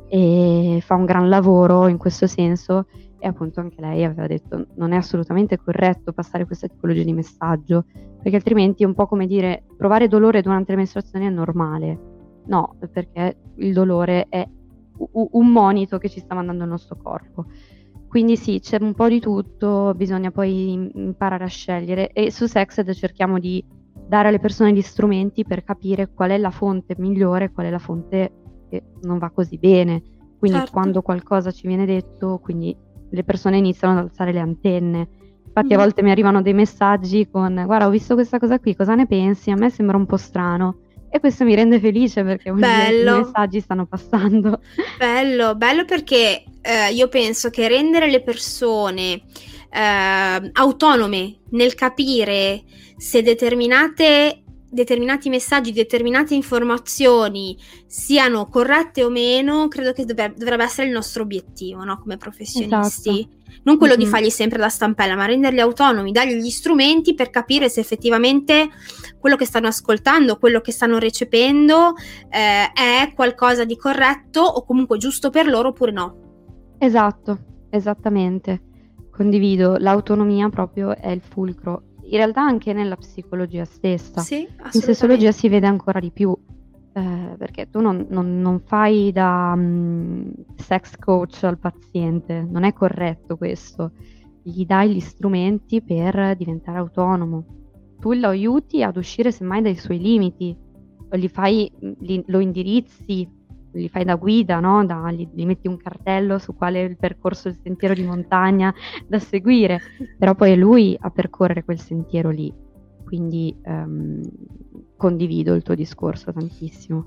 e fa un gran lavoro in questo senso, e appunto anche lei aveva detto non è assolutamente corretto passare questa tipologia di messaggio, perché altrimenti è un po' come dire provare dolore durante le mestruazioni è normale. No, perché il dolore è u- un monito che ci sta mandando il nostro corpo. Quindi sì, c'è un po' di tutto, bisogna poi imparare a scegliere, e su Sexed cerchiamo di dare alle persone gli strumenti per capire qual è la fonte migliore, qual è la fonte che non va così bene. Quindi certo. Quando qualcosa ci viene detto, quindi le persone iniziano ad alzare le antenne. Infatti mm. a volte mi arrivano dei messaggi con guarda, ho visto questa cosa qui, cosa ne pensi? A me sembra un po' strano. E questo mi rende felice perché vuol dire che i messaggi stanno passando. Bello, bello perché eh, io penso che rendere le persone eh, autonome nel capire se determinate determinati messaggi, determinate informazioni siano corrette o meno, credo che dovrebbe, dovrebbe essere il nostro obiettivo, no? Come professionisti. Esatto. Non quello Mm-hmm. di fargli sempre da stampella, ma renderli autonomi, dargli gli strumenti per capire se effettivamente quello che stanno ascoltando, quello che stanno recependo eh, è qualcosa di corretto o comunque giusto per loro oppure no. Esatto, esattamente. Condivido, l'autonomia proprio è il fulcro. In realtà anche nella psicologia stessa. Sì, in sessologia si vede ancora di più, eh, perché tu non, non, non fai da um, sex coach al paziente, non è corretto questo. Gli dai gli strumenti per diventare autonomo. Tu lo aiuti ad uscire semmai dai suoi limiti, gli fai, li, lo indirizzi, li fai da guida, no? Da, gli, gli metti un cartello su quale è il percorso, il sentiero di montagna da seguire, però poi è lui a percorrere quel sentiero lì. Quindi um, condivido il tuo discorso tantissimo.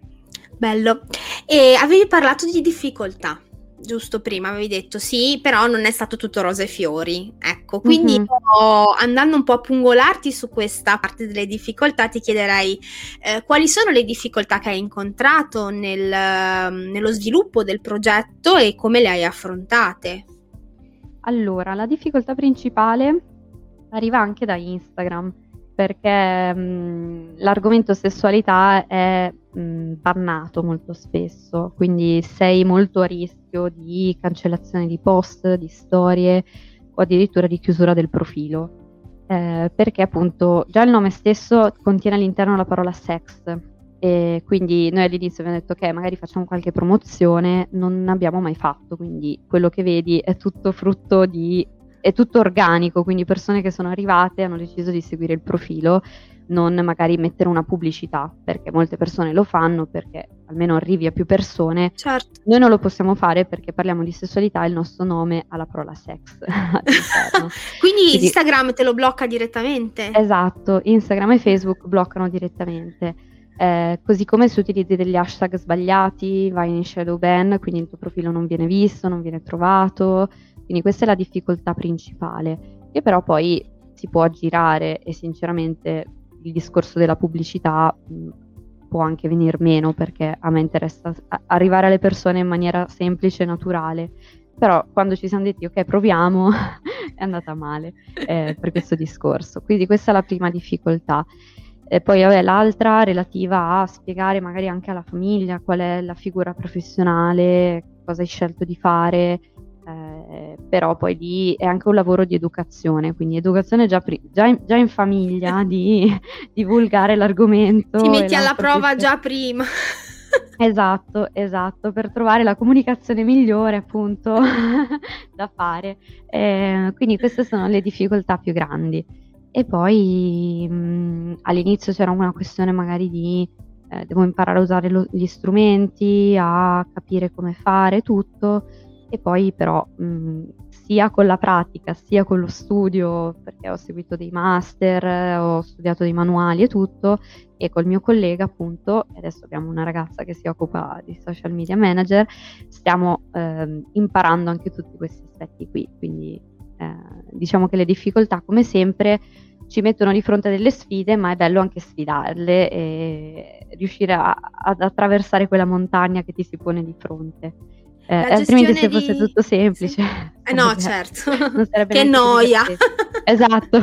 Bello. E avevi parlato di difficoltà, giusto prima, avevi detto sì, però non è stato tutto rose e fiori. Ecco, quindi Mm-hmm. io, andando un po' a pungolarti su questa parte delle difficoltà, ti chiederei eh, quali sono le difficoltà che hai incontrato nel, nello sviluppo del progetto e come le hai affrontate. Allora, la difficoltà principale arriva anche da Instagram, perché mh, l'argomento sessualità è mh, bannato molto spesso, quindi sei molto a rischio di cancellazione di post, di storie o addirittura di chiusura del profilo, eh, perché appunto già il nome stesso contiene all'interno la parola sex, e quindi noi all'inizio abbiamo detto ok, magari facciamo qualche promozione, non abbiamo mai fatto, quindi quello che vedi è tutto frutto di è tutto organico, quindi persone che sono arrivate hanno deciso di seguire il profilo, non magari mettere una pubblicità, perché molte persone lo fanno perché almeno arrivi a più persone. Certo. Noi non lo possiamo fare perché parliamo di sessualità e il nostro nome ha la parola sex all'interno. Quindi, Quindi Instagram te lo blocca direttamente? Esatto, Instagram e Facebook bloccano direttamente. Eh, così come se utilizzi degli hashtag sbagliati, vai in shadow ban, quindi il tuo profilo non viene visto, non viene trovato. Quindi questa è la difficoltà principale, che però poi si può aggirare e sinceramente il discorso della pubblicità mh, può anche venir meno, perché a me interessa arrivare alle persone in maniera semplice e naturale. Però quando ci siamo detti ok, proviamo, è andata male eh, per questo discorso. Quindi questa è la prima difficoltà. E poi vabbè, l'altra relativa a spiegare magari anche alla famiglia qual è la figura professionale, cosa hai scelto di fare. Eh, però poi lì è anche un lavoro di educazione, quindi educazione già, pri- già, in, già in famiglia, di divulgare l'argomento. Ti metti alla prova già prima. Esatto, esatto, per trovare la comunicazione migliore appunto da fare. Eh, quindi queste sono le difficoltà più grandi. E poi mh, all'inizio c'era una questione magari di eh, devo imparare a usare lo, gli strumenti, a capire come fare tutto. E poi però mh, sia con la pratica sia con lo studio, perché ho seguito dei master, ho studiato dei manuali e tutto, e col mio collega appunto, e adesso abbiamo una ragazza che si occupa di social media manager, stiamo ehm, imparando anche tutti questi aspetti qui, quindi eh, diciamo che le difficoltà come sempre ci mettono di fronte a delle sfide, ma è bello anche sfidarle e riuscire a, ad attraversare quella montagna che ti si pone di fronte. Eh, altrimenti se fosse di... tutto semplice, sì. eh no, certo, non sarebbe che noia. Esatto.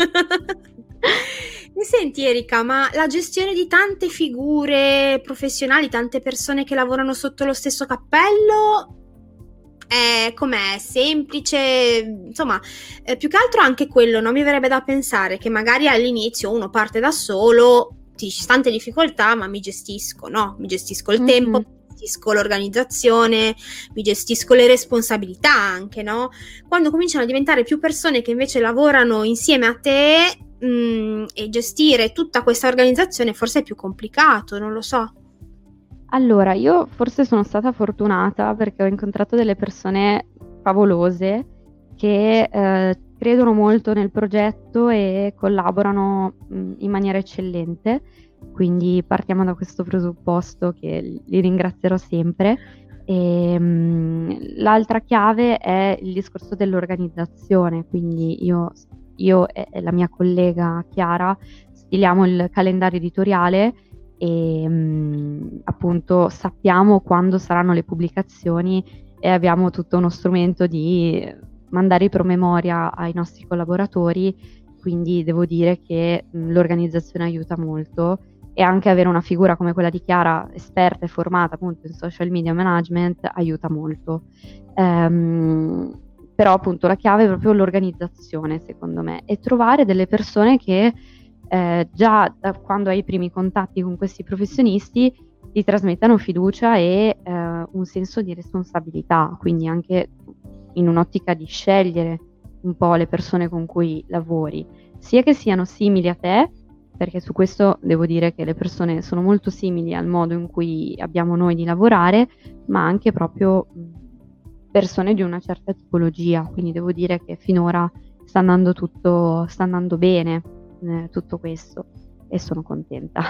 Mi senti Erika, ma la gestione di tante figure professionali, tante persone che lavorano sotto lo stesso cappello, è com'è? Semplice? Insomma, eh, più che altro anche quello, no? Mi verrebbe da pensare che magari all'inizio uno parte da solo, ci sono tante difficoltà, ma mi gestisco, no? Mi gestisco il mm-hmm. tempo, gestisco l'organizzazione, mi gestisco le responsabilità anche, no? Quando cominciano a diventare più persone che invece lavorano insieme a te mh, e gestire tutta questa organizzazione forse è più complicato, non lo so. Allora, io forse sono stata fortunata perché ho incontrato delle persone favolose che eh, credono molto nel progetto e collaborano mh, in maniera eccellente. Quindi partiamo da questo presupposto che li ringrazierò sempre. E, mh, l'altra chiave è il discorso dell'organizzazione, quindi io, io e la mia collega Chiara stiliamo il calendario editoriale e mh, appunto sappiamo quando saranno le pubblicazioni e abbiamo tutto uno strumento di mandare i promemoria ai nostri collaboratori, quindi devo dire che mh, l'organizzazione aiuta molto, e anche avere una figura come quella di Chiara, esperta e formata appunto in social media management, aiuta molto. Ehm, però appunto la chiave è proprio l'organizzazione, secondo me, e trovare delle persone che eh, già da quando hai i primi contatti con questi professionisti ti trasmettano fiducia e eh, un senso di responsabilità, quindi anche in un'ottica di scegliere un po' le persone con cui lavori, sia che siano simili a te, perché su questo devo dire che le persone sono molto simili al modo in cui abbiamo noi di lavorare, ma anche proprio persone di una certa tipologia, quindi devo dire che finora sta andando tutto, sta andando bene eh, tutto questo, e sono contenta.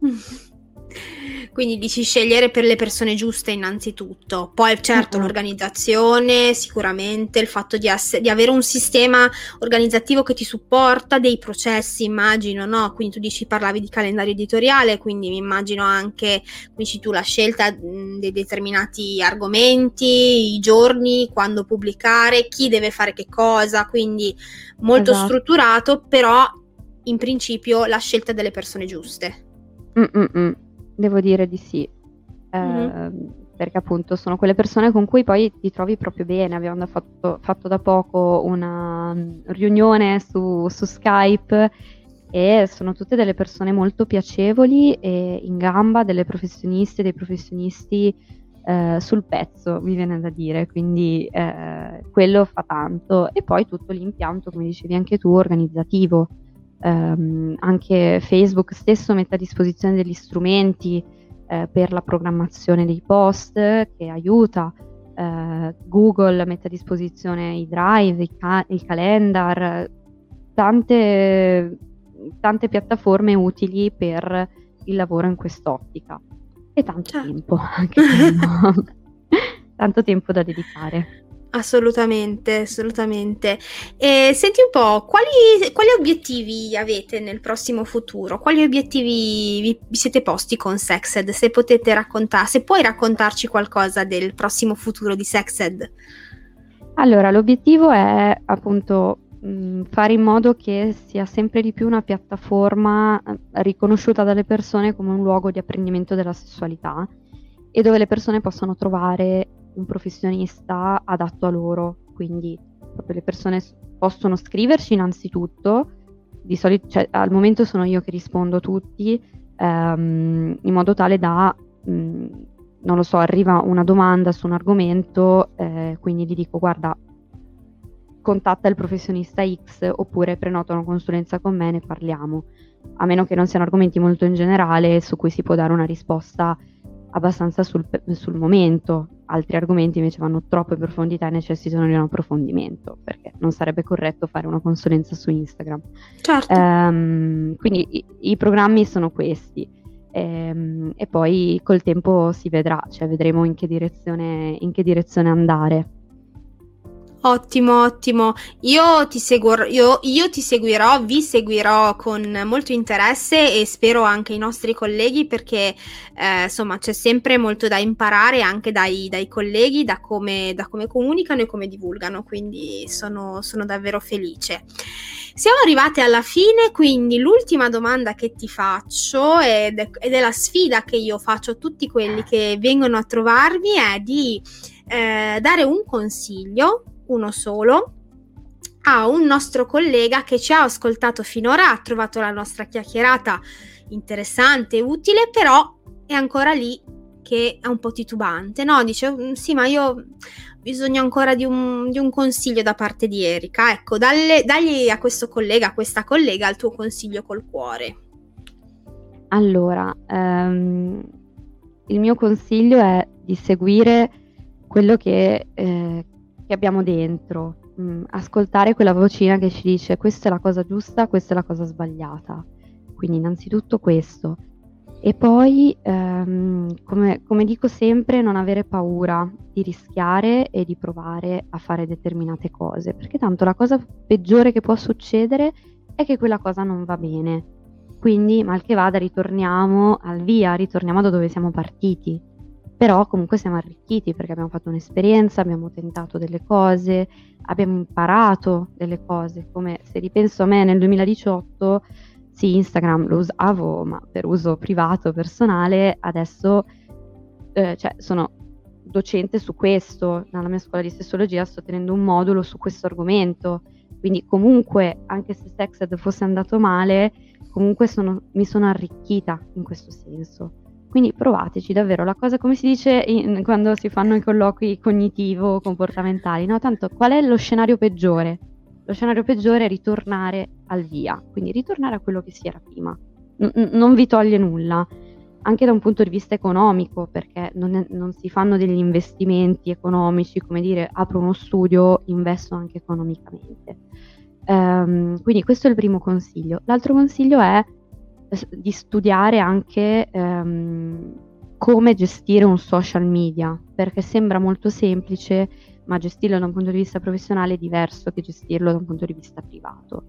Quindi dici scegliere per le persone giuste innanzitutto, poi certo Mm-mm. l'organizzazione, sicuramente il fatto di, ess- di avere un sistema organizzativo che ti supporta, dei processi immagino, no? Quindi tu dici, parlavi di calendario editoriale, quindi mi immagino anche, dici tu, la scelta mh, dei determinati argomenti, i giorni, quando pubblicare, chi deve fare che cosa, quindi molto Esatto. strutturato, però in principio la scelta delle persone giuste. Mm-mm. Devo dire di sì, eh, Mhm. perché appunto sono quelle persone con cui poi ti trovi proprio bene. Abbiamo fatto, fatto da poco una mm, riunione su, su Skype, e sono tutte delle persone molto piacevoli e in gamba, delle professioniste, dei professionisti eh, sul pezzo, mi viene da dire, quindi eh, quello fa tanto. E poi tutto l'impianto, come dicevi anche tu, organizzativo. Um, anche Facebook stesso mette a disposizione degli strumenti eh, per la programmazione dei post, che aiuta. Uh, Google mette a disposizione i drive, i ca- il calendar, tante, tante piattaforme utili per il lavoro in quest'ottica, e tanto Certo. tempo, anche quello. Tanto tempo da dedicare. Assolutamente, assolutamente. E senti un po', quali, quali obiettivi avete nel prossimo futuro? Quali obiettivi vi, vi siete posti con Sexed? Se potete raccontare, se puoi raccontarci qualcosa del prossimo futuro di Sexed. Allora, l'obiettivo è appunto mh, fare in modo che sia sempre di più una piattaforma eh, riconosciuta dalle persone come un luogo di apprendimento della sessualità, e dove le persone possano trovare un professionista adatto a loro. Quindi proprio le persone s- possono scriverci innanzitutto, di solito, cioè, al momento sono io che rispondo a tutti, ehm, in modo tale da, mh, non lo so, arriva una domanda su un argomento, eh, quindi gli dico guarda, contatta il professionista X oppure prenota una consulenza con me, ne parliamo, a meno che non siano argomenti molto in generale su cui si può dare una risposta abbastanza sul, sul momento. Altri argomenti invece vanno troppo in profondità e necessitano di un approfondimento, perché non sarebbe corretto fare una consulenza su Instagram. Certo. Ehm, quindi i, i programmi sono questi, ehm, e poi col tempo si vedrà, cioè vedremo in che direzione, in che direzione andare. Ottimo, ottimo. Io ti seguirò, io, io ti seguirò, vi seguirò con molto interesse, e spero anche i nostri colleghi, perché eh, insomma c'è sempre molto da imparare anche dai, dai colleghi, da come, da come comunicano e come divulgano, quindi sono, sono davvero felice. Siamo arrivate alla fine, quindi l'ultima domanda che ti faccio, ed è, ed è la sfida che io faccio a tutti quelli che vengono a trovarmi, è di eh, dare un consiglio, uno solo, a un nostro collega che ci ha ascoltato finora, ha trovato la nostra chiacchierata interessante e utile, però è ancora lì che è un po' titubante, no? Dice, sì, ma io ho bisogno ancora di un, di un consiglio da parte di Erika. Ecco, dalle, dagli a questo collega, a questa collega, il tuo consiglio col cuore. Allora, ehm, il mio consiglio è di seguire quello che, eh, che abbiamo dentro, mh, ascoltare quella vocina che ci dice questa è la cosa giusta, questa è la cosa sbagliata. Quindi innanzitutto questo. E poi, ehm, come, come dico sempre, non avere paura di rischiare e di provare a fare determinate cose, perché tanto la cosa peggiore che può succedere è che quella cosa non va bene. quindi mal che vada ritorniamo al via, ritorniamo da dove siamo partiti, però comunque siamo arricchiti perché abbiamo fatto un'esperienza, abbiamo tentato delle cose, abbiamo imparato delle cose, come se ripenso a me nel duemiladiciotto, sì, Instagram lo usavo, ma per uso privato, personale, adesso eh, cioè, sono docente su questo, nella mia scuola di sessologia sto tenendo un modulo su questo argomento, quindi comunque, anche se Sexed fosse andato male, comunque sono, mi sono arricchita in questo senso. Quindi provateci davvero, la cosa come si dice in, quando si fanno i colloqui cognitivo-comportamentali, no? Tanto qual è lo scenario peggiore? Lo scenario peggiore è ritornare al via, quindi ritornare a quello che si era prima. N- non vi toglie nulla, anche da un punto di vista economico, perché non, è, non si fanno degli investimenti economici, come dire, apro uno studio, investo anche economicamente. Um, quindi questo è il primo consiglio. L'altro consiglio è di studiare anche um, come gestire un social media, perché sembra molto semplice, ma gestirlo da un punto di vista professionale è diverso che gestirlo da un punto di vista privato.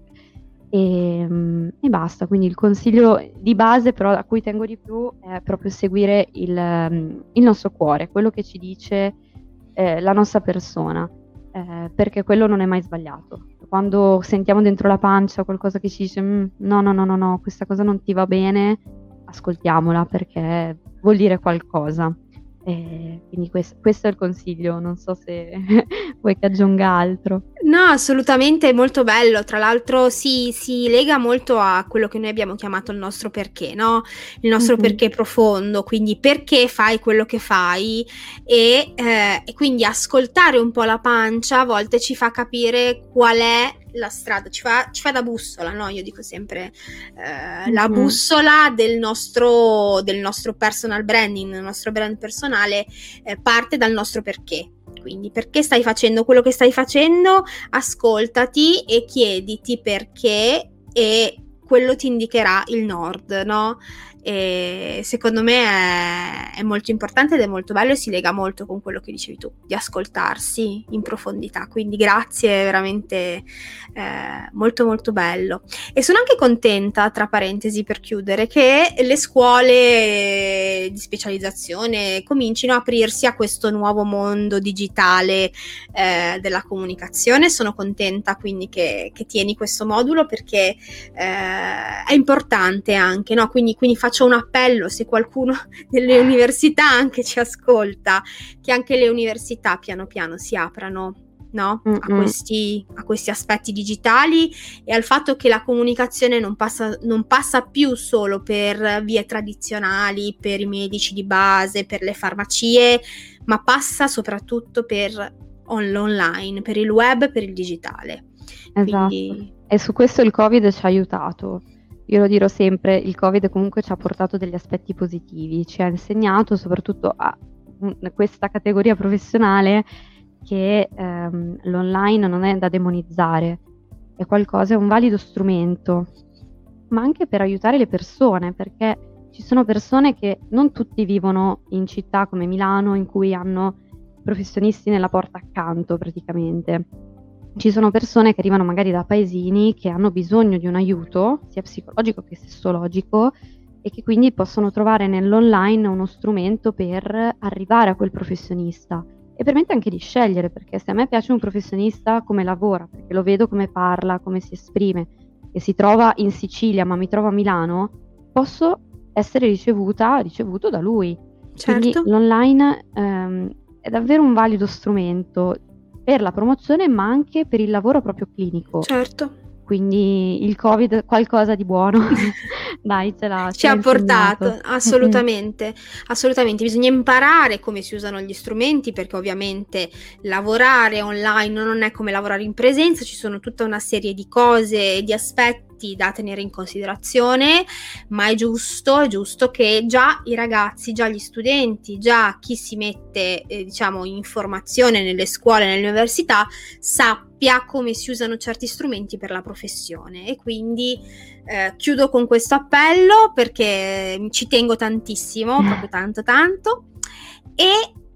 E, um, e basta, quindi il consiglio di base però a cui tengo di più è proprio seguire il, um, il nostro cuore, quello che ci dice eh, la nostra persona, eh, perché quello non è mai sbagliato. Quando sentiamo dentro la pancia qualcosa che ci dice mm, no, no, no, no, no, questa cosa non ti va bene, ascoltiamola perché vuol dire qualcosa. Eh, quindi questo, questo è il consiglio, non so se vuoi che aggiunga altro. No, assolutamente, è molto bello, tra l'altro si, si lega molto a quello che noi abbiamo chiamato il nostro perché, no? Il nostro mm-hmm. perché profondo, quindi perché fai quello che fai e, eh, e quindi ascoltare un po' la pancia a volte ci fa capire qual è la strada, ci fa, ci fa da bussola, no? Io dico sempre eh, mm-hmm. la bussola del nostro, del nostro personal branding, il nostro brand personale eh, parte dal nostro perché. Quindi perché stai facendo quello che stai facendo, ascoltati e chiediti perché e quello ti indicherà il nord, no? E secondo me è, è molto importante ed è molto bello e si lega molto con quello che dicevi tu, di ascoltarsi in profondità, quindi grazie, è veramente eh, molto molto bello. E sono anche contenta, tra parentesi per chiudere, che le scuole di specializzazione comincino a aprirsi a questo nuovo mondo digitale eh, della comunicazione. Sono contenta quindi che, che tieni questo modulo perché eh, è importante anche, no? Quindi, quindi faccio un appello, se qualcuno delle università anche ci ascolta, che anche le università piano piano si aprano, no? a, questi, a questi aspetti digitali e al fatto che la comunicazione non passa, non passa più solo per vie tradizionali, per i medici di base, per le farmacie, ma passa soprattutto per on- l'online, per il web, per il digitale. Esatto. Quindi... E su questo il Covid ci ha aiutato. Io lo dirò sempre, il Covid comunque ci ha portato degli aspetti positivi, ci ha insegnato soprattutto a questa categoria professionale che ehm, l'online non è da demonizzare, è qualcosa, è un valido strumento, ma anche per aiutare le persone, perché ci sono persone che non tutti vivono in città come Milano in cui hanno professionisti nella porta accanto praticamente. Ci sono persone che arrivano magari da paesini che hanno bisogno di un aiuto, sia psicologico che sessologico, e che quindi possono trovare nell'online uno strumento per arrivare a quel professionista. E permette anche di scegliere, perché se a me piace un professionista come lavora, perché lo vedo come parla, come si esprime, e si trova in Sicilia ma mi trovo a Milano, posso essere ricevuta, ricevuto da lui. Certo. Quindi l'online ehm, è davvero un valido strumento per la promozione ma anche per il lavoro proprio clinico. Certo. Quindi il Covid qualcosa di buono dai ce l'ha ci ha portato, assolutamente, mm-hmm. assolutamente, bisogna imparare come si usano gli strumenti, perché ovviamente lavorare online non è come lavorare in presenza, ci sono tutta una serie di cose e di aspetti da tenere in considerazione, ma è giusto, è giusto che già i ragazzi, già gli studenti, già chi si mette eh, diciamo in formazione nelle scuole, nelle università, sappia come si usano certi strumenti per la professione. E quindi eh, chiudo con questo appello perché ci tengo tantissimo, proprio tanto tanto, e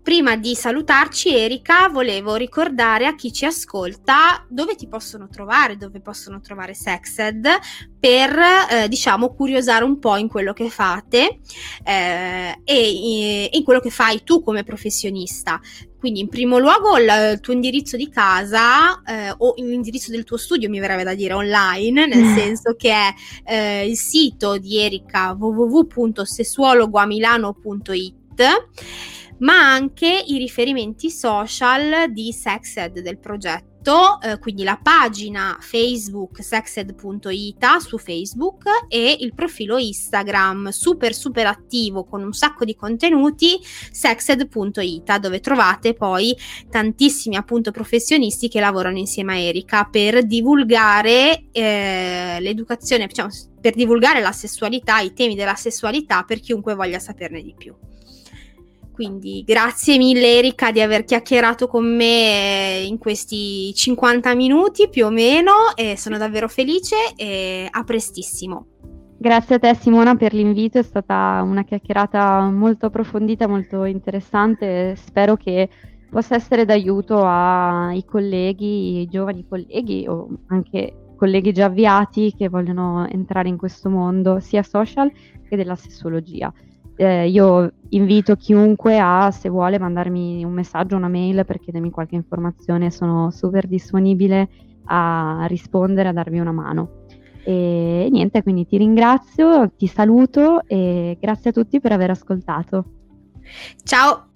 prima di salutarci, Erika, volevo ricordare a chi ci ascolta dove ti possono trovare, dove possono trovare Sexed per, eh, diciamo, curiosare un po' in quello che fate eh, e in quello che fai tu come professionista. Quindi in primo luogo il, il tuo indirizzo di casa eh, o l'indirizzo del tuo studio, mi verrebbe da dire online, nel mm. senso che è eh, il sito di Erika w w w punto sessuologoamilano punto it, ma anche i riferimenti social di Sexed, del progetto, eh, quindi la pagina Facebook sexed punto it su Facebook e il profilo Instagram super super attivo con un sacco di contenuti, sexed punto it, dove trovate poi tantissimi appunto professionisti che lavorano insieme a Erika per divulgare eh, l'educazione, diciamo, per divulgare la sessualità, i temi della sessualità per chiunque voglia saperne di più. Quindi grazie mille Erika di aver chiacchierato con me in questi cinquanta minuti più o meno, e sono davvero felice e a prestissimo. Grazie a te Simona per l'invito, è stata una chiacchierata molto approfondita, molto interessante, spero che possa essere d'aiuto ai colleghi, ai giovani colleghi o anche colleghi già avviati che vogliono entrare in questo mondo sia social che della sessuologia. Eh, io invito chiunque a, se vuole, mandarmi un messaggio, una mail per chiedermi qualche informazione, sono super disponibile a rispondere, a darvi una mano. E niente, quindi ti ringrazio, ti saluto e grazie a tutti per aver ascoltato. Ciao!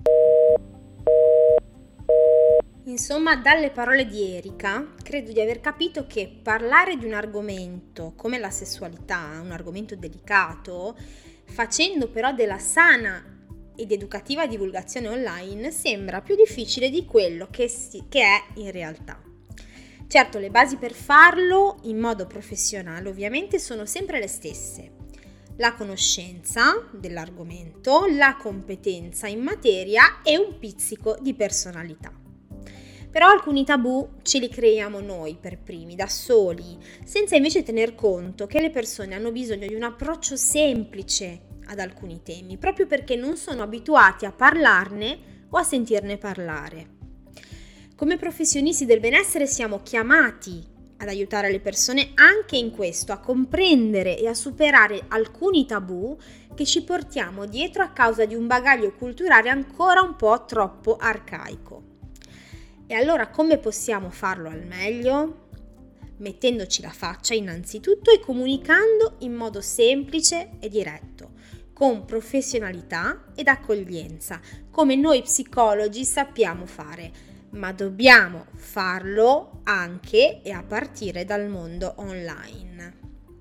Insomma, dalle parole di Erika, credo di aver capito che parlare di un argomento come la sessualità, un argomento delicato, facendo però della sana ed educativa divulgazione online, sembra più difficile di quello che, si, che è in realtà. Certo, le basi per farlo in modo professionale ovviamente sono sempre le stesse: la conoscenza dell'argomento, la competenza in materia e un pizzico di personalità. Però alcuni tabù ce li creiamo noi per primi, da soli, senza invece tener conto che le persone hanno bisogno di un approccio semplice ad alcuni temi, proprio perché non sono abituati a parlarne o a sentirne parlare. Come professionisti del benessere siamo chiamati ad aiutare le persone anche in questo, a comprendere e a superare alcuni tabù che ci portiamo dietro a causa di un bagaglio culturale ancora un po' troppo arcaico. E allora come possiamo farlo al meglio? Mettendoci la faccia innanzitutto e comunicando in modo semplice e diretto, con professionalità ed accoglienza, come noi psicologi sappiamo fare, ma dobbiamo farlo anche e a partire dal mondo online.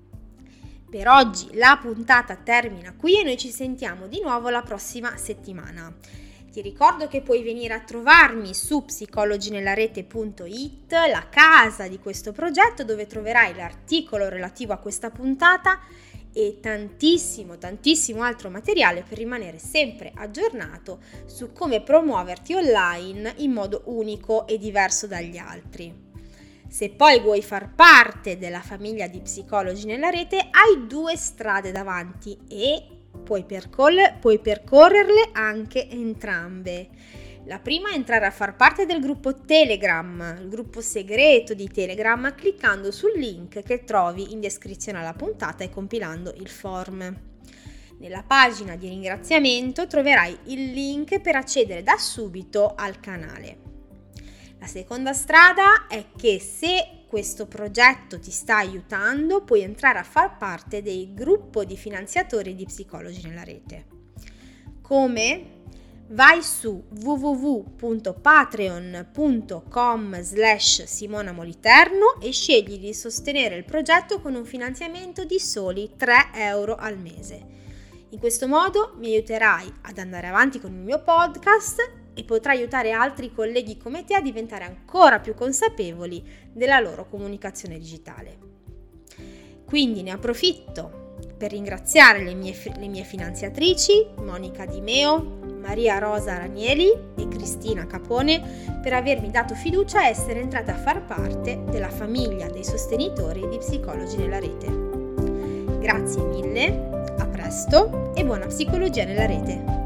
Per oggi la puntata termina qui e noi ci sentiamo di nuovo la prossima settimana. Ti ricordo che puoi venire a trovarmi su psicologinellarete punto it, la casa di questo progetto, dove troverai l'articolo relativo a questa puntata e tantissimo, tantissimo altro materiale per rimanere sempre aggiornato su come promuoverti online in modo unico e diverso dagli altri. Se poi vuoi far parte della famiglia di Psicologi nella Rete, hai due strade davanti e Puoi, percor- puoi percorrerle anche entrambe. La prima è entrare a far parte del gruppo Telegram, il gruppo segreto di Telegram, cliccando sul link che trovi in descrizione alla puntata e compilando il form. Nella pagina di ringraziamento troverai il link per accedere da subito al canale. La seconda strada è che se questo progetto ti sta aiutando, puoi entrare a far parte del gruppo di finanziatori di Psicologi nella Rete. Come? Vai su w w w punto patreon punto com slash Simona Moliterno e scegli di sostenere il progetto con un finanziamento di soli tre euro al mese. In questo modo mi aiuterai ad andare avanti con il mio podcast e potrai aiutare altri colleghi come te a diventare ancora più consapevoli della loro comunicazione digitale. Quindi ne approfitto per ringraziare le mie, le mie finanziatrici, Monica Di Meo, Maria Rosa Ranieri e Cristina Capone, per avermi dato fiducia e essere entrate a far parte della famiglia dei sostenitori di Psicologi nella Rete. Grazie mille, a presto e buona psicologia nella rete!